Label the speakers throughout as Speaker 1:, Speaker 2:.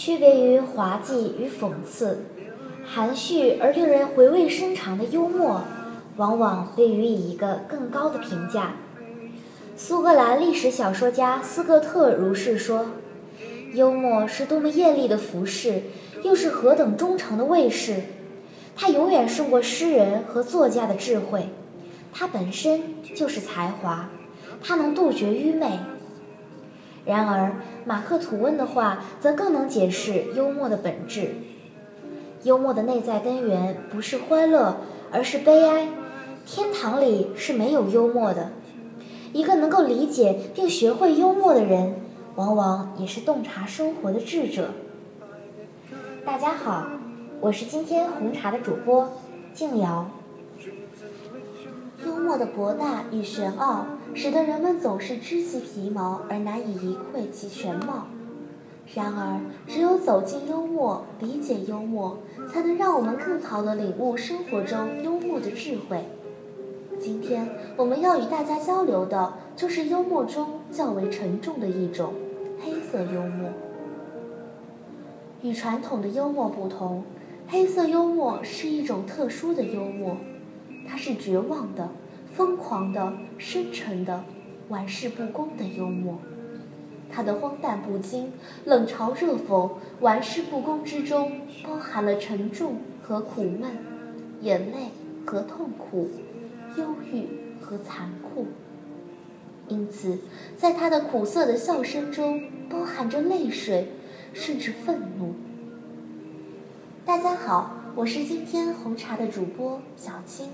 Speaker 1: 区别于滑稽与讽刺，含蓄而令人回味深长的幽默，往往被予以一个更高的评价。苏格兰历史小说家斯科特如是说：幽默是多么艳丽的服饰，又是何等忠诚的卫士。它永远胜过诗人和作家的智慧，它本身就是才华，它能杜绝愚昧。然而马克吐温的话则更能解释幽默的本质。幽默的内在根源不是欢乐，而是悲哀。天堂里是没有幽默的。一个能够理解并学会幽默的人，往往也是洞察生活的智者。大家好，我是今天红茶的主播静瑶。
Speaker 2: 幽默的博大与玄奥，使得人们总是知其皮毛而难以一窥其全貌。然而，只有走进幽默，理解幽默，才能让我们更好地领悟生活中幽默的智慧。今天我们要与大家交流的，就是幽默中较为沉重的一种——黑色幽默。与传统的幽默不同，黑色幽默是一种特殊的幽默，它是绝望的、疯狂的、深沉的、玩世不恭的幽默。它的荒诞不经、冷嘲热讽、玩世不恭之中，包含了沉重和苦闷、眼泪和痛苦、忧郁和残酷。因此，在它的苦涩的笑声中，包含着泪水，甚至愤怒。大家好，我是今天红茶的主播小青。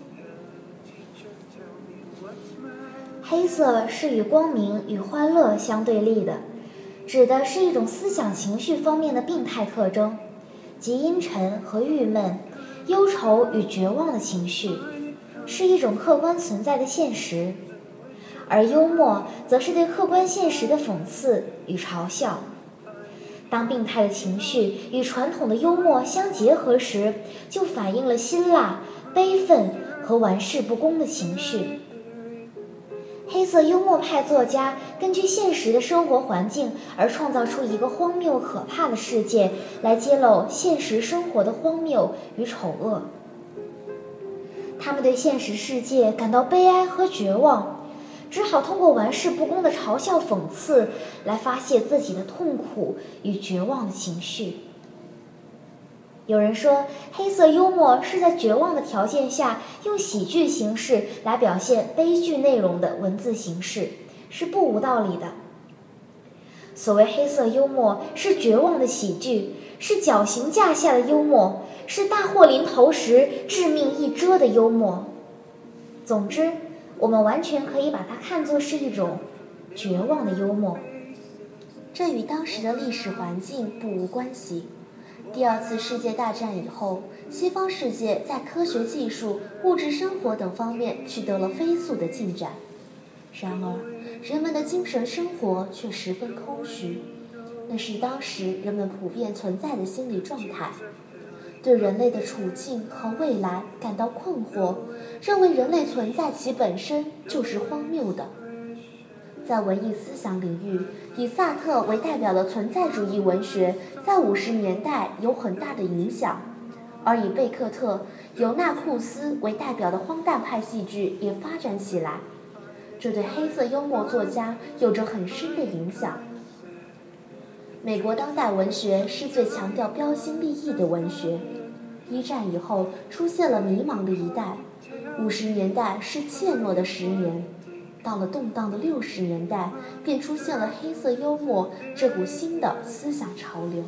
Speaker 1: 黑色是与光明与欢乐相对立的，指的是一种思想情绪方面的病态特征，即阴沉和郁闷、忧愁与绝望的情绪，是一种客观存在的现实。而幽默则是对客观现实的讽刺与嘲笑。当病态的情绪与传统的幽默相结合时，就反映了辛辣、悲愤和玩世不恭的情绪。黑色幽默派作家根据现实的生活环境而创造出一个荒谬可怕的世界，来揭露现实生活的荒谬与丑恶。他们对现实世界感到悲哀和绝望，只好通过玩世不恭的嘲笑讽刺来发泄自己的痛苦与绝望的情绪。有人说，黑色幽默是在绝望的条件下用喜剧形式来表现悲剧内容的文字形式，是不无道理的。所谓黑色幽默，是绝望的喜剧，是绞刑架下的幽默，是大祸临头时致命一遮的幽默。总之，我们完全可以把它看作是一种绝望的幽默。
Speaker 2: 这与当时的历史环境不无关系。第二次世界大战以后，西方世界在科学技术、物质生活等方面取得了飞速的进展。然而，人们的精神生活却十分空虚，那是当时人们普遍存在的心理状态。对人类的处境和未来感到困惑，认为人类存在其本身就是荒谬的。在文艺思想领域，以萨特为代表的存在主义文学在50年代有很大的影响，而以贝克特、尤纳库斯为代表的荒诞派戏剧也发展起来，这对黑色幽默作家有着很深的影响。美国当代文学是最强调标新立异的文学。一战以后出现了迷茫的一代，50年代是怯懦的10年，到了动荡的60年代，便出现了黑色幽默这股新的思想潮流。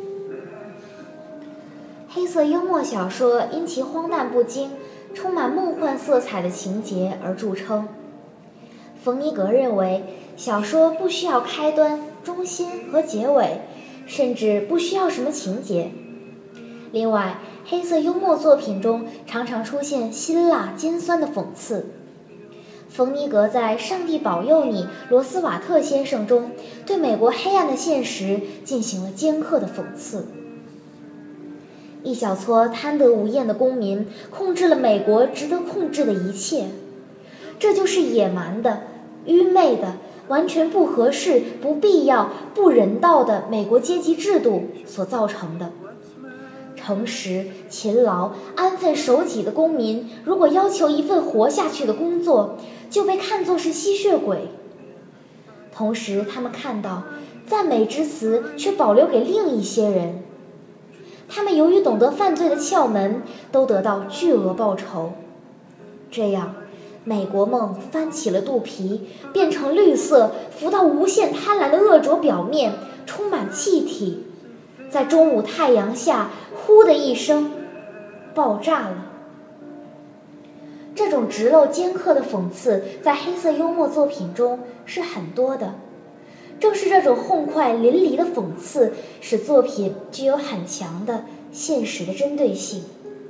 Speaker 1: 黑色幽默小说因其荒诞不经、充满梦幻色彩的情节而著称。冯尼格认为，小说不需要开端、中心和结尾，甚至不需要什么情节。另外，黑色幽默作品中常常出现辛辣尖酸的讽刺。冯尼格在《上帝保佑你，罗斯瓦特先生》中，对美国黑暗的现实进行了尖刻的讽刺。一小撮贪得无厌的公民控制了美国值得控制的一切，这就是野蛮的、愚昧的、 完全不合适、不必要、不人道的美国阶级制度所造成的。诚实、勤劳、安分守己的公民，如果要求一份活下去的工作，就被看作是吸血鬼。同时，他们看到赞美之词却保留给另一些人，他们由于懂得犯罪的窍门，都得到巨额报酬。这样，美国梦翻起了肚皮，变成绿色，浮到无限贪婪的恶浊表面，充满气体，在中午太阳下，呼的一声，爆炸了。这种直漏尖刻的讽刺，在黑色幽默作品中是很多的。正是这种痛快淋漓的讽刺，使作品具有很强的现实的针对性。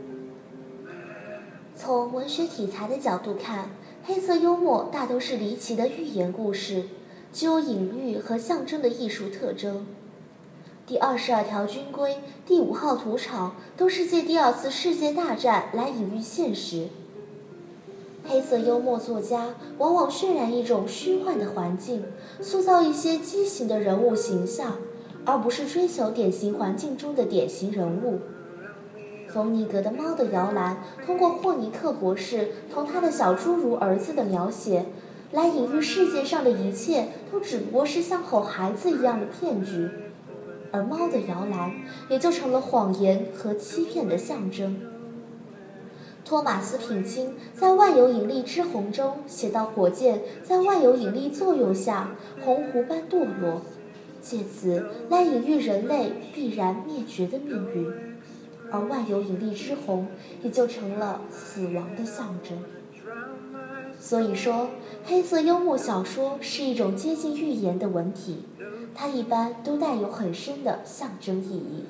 Speaker 2: 从文学题材的角度看，黑色幽默大都是离奇的寓言故事，具有隐喻和象征的艺术特征。第22条军规、第5号屠场都是借第2次世界大战来隐喻现实。黑色幽默作家往往渲染一种虚幻的环境，塑造一些畸形的人物形象，而不是追求典型环境中的典型人物。冯尼格的《猫的摇篮》通过霍尼克博士同他的小侏儒儿子的描写，来隐喻世界上的一切都只不过是像哄孩子一样的骗局，而猫的摇篮也就成了谎言和欺骗的象征。托马斯·品钦在《万有引力之虹》中写到，火箭在万有引力作用下鸿鹄般堕落，借此来隐喻人类必然灭绝的命运，而万有引力之虹也就成了死亡的象征。所以说，黑色幽默小说是一种接近寓言的文体，它一般都带有很深的象征意义。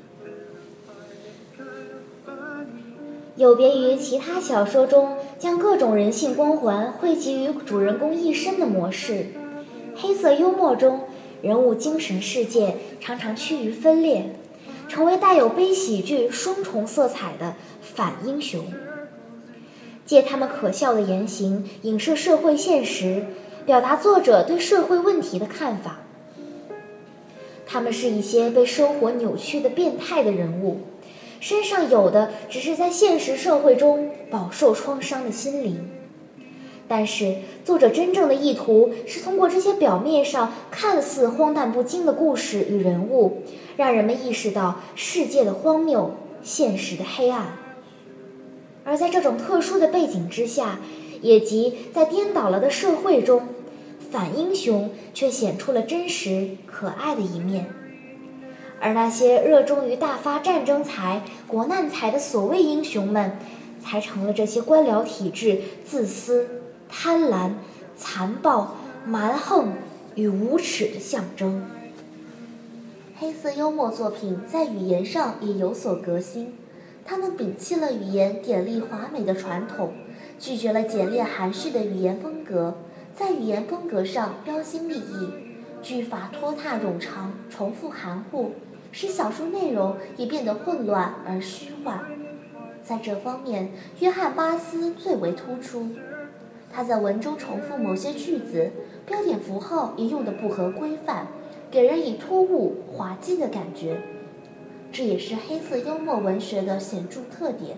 Speaker 1: 有别于其他小说中将各种人性光环汇集于主人公一身的模式，黑色幽默中人物精神世界常常趋于分裂，成为带有悲喜剧双重色彩的反英雄，借他们可笑的言行影射社会现实，表达作者对社会问题的看法。他们是一些被生活扭曲的变态的人物，身上有的只是在现实社会中饱受创伤的心灵，但是作者真正的意图是通过这些表面上看似荒诞不经的故事与人物，让人们意识到世界的荒谬，现实的黑暗。而在这种特殊的背景之下，也即在颠倒了的社会中，反英雄却显出了真实可爱的一面。而那些热衷于大发战争财、国难财的所谓英雄们，才成了这些官僚体制自私、贪婪、残暴、蛮横与无耻的象征。
Speaker 2: 黑色幽默作品在语言上也有所革新，他们摒弃了语言典丽华美的传统，拒绝了简练含蓄的语言风格，在语言风格上标新立异，句法拖沓冗长，重复含糊，使小说内容也变得混乱而虚幻。在这方面，约翰·巴斯最为突出。他在文中重复某些句子，标点符号也用得不合规范，给人以突兀、滑稽的感觉。这也是黑色幽默文学的显著特点。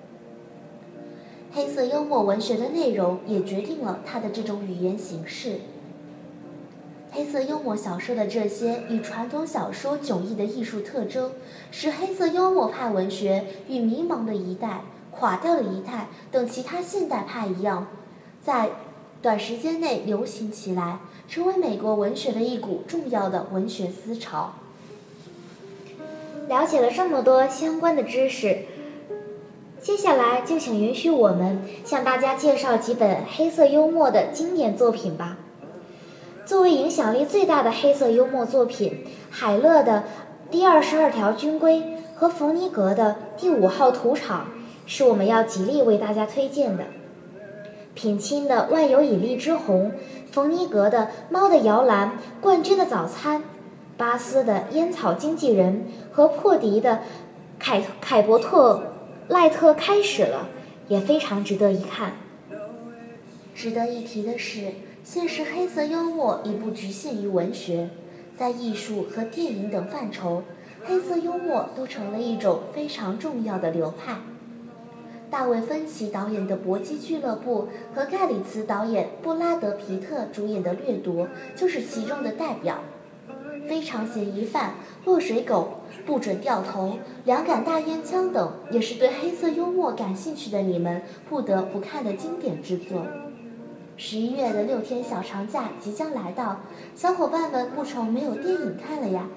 Speaker 2: 黑色幽默文学的内容也决定了它的这种语言形式。黑色幽默小说的这些与传统小说迥异的艺术特征，使黑色幽默派文学与迷茫的一代、垮掉的一代等其他现代派一样，在短时间内流行起来，成为美国文学的一股重要的文学思潮。
Speaker 1: 了解了这么多相关的知识，接下来就请允许我们向大家介绍几本黑色幽默的经典作品吧。作为影响力最大的黑色幽默作品，海勒的《第22条军规》和冯尼格的《第5号屠场》是我们要极力为大家推荐的。品钦的《万有引力之虹》，冯尼格的《猫的摇篮》、《冠军的早餐》，巴斯的《烟草经纪人》和珀迪的《凯伯特赖特开始了》也非常值得一看。
Speaker 2: 值得一提的是， 现实黑色幽默已不局限于文学，在艺术和电影等范畴，黑色幽默都成了一种非常重要的流派。大卫·芬奇导演的《搏击俱乐部》和盖里茨导演、布拉德·皮特主演的《掠夺》就是其中的代表。非常嫌疑犯、落水狗、不准掉头、两杆大烟枪等，也是对黑色幽默感兴趣的你们不得不看的经典之作。11月的6天小长假即将来到，小伙伴们不愁没有电影看了呀。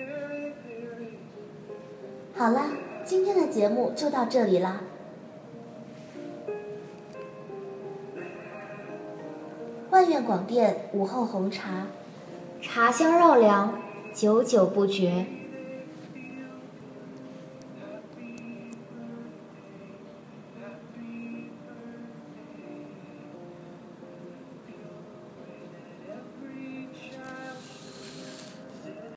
Speaker 2: 好啦，今天的节目就到这里啦。万苑广电午后红茶，
Speaker 1: 茶香绕梁，久久不绝。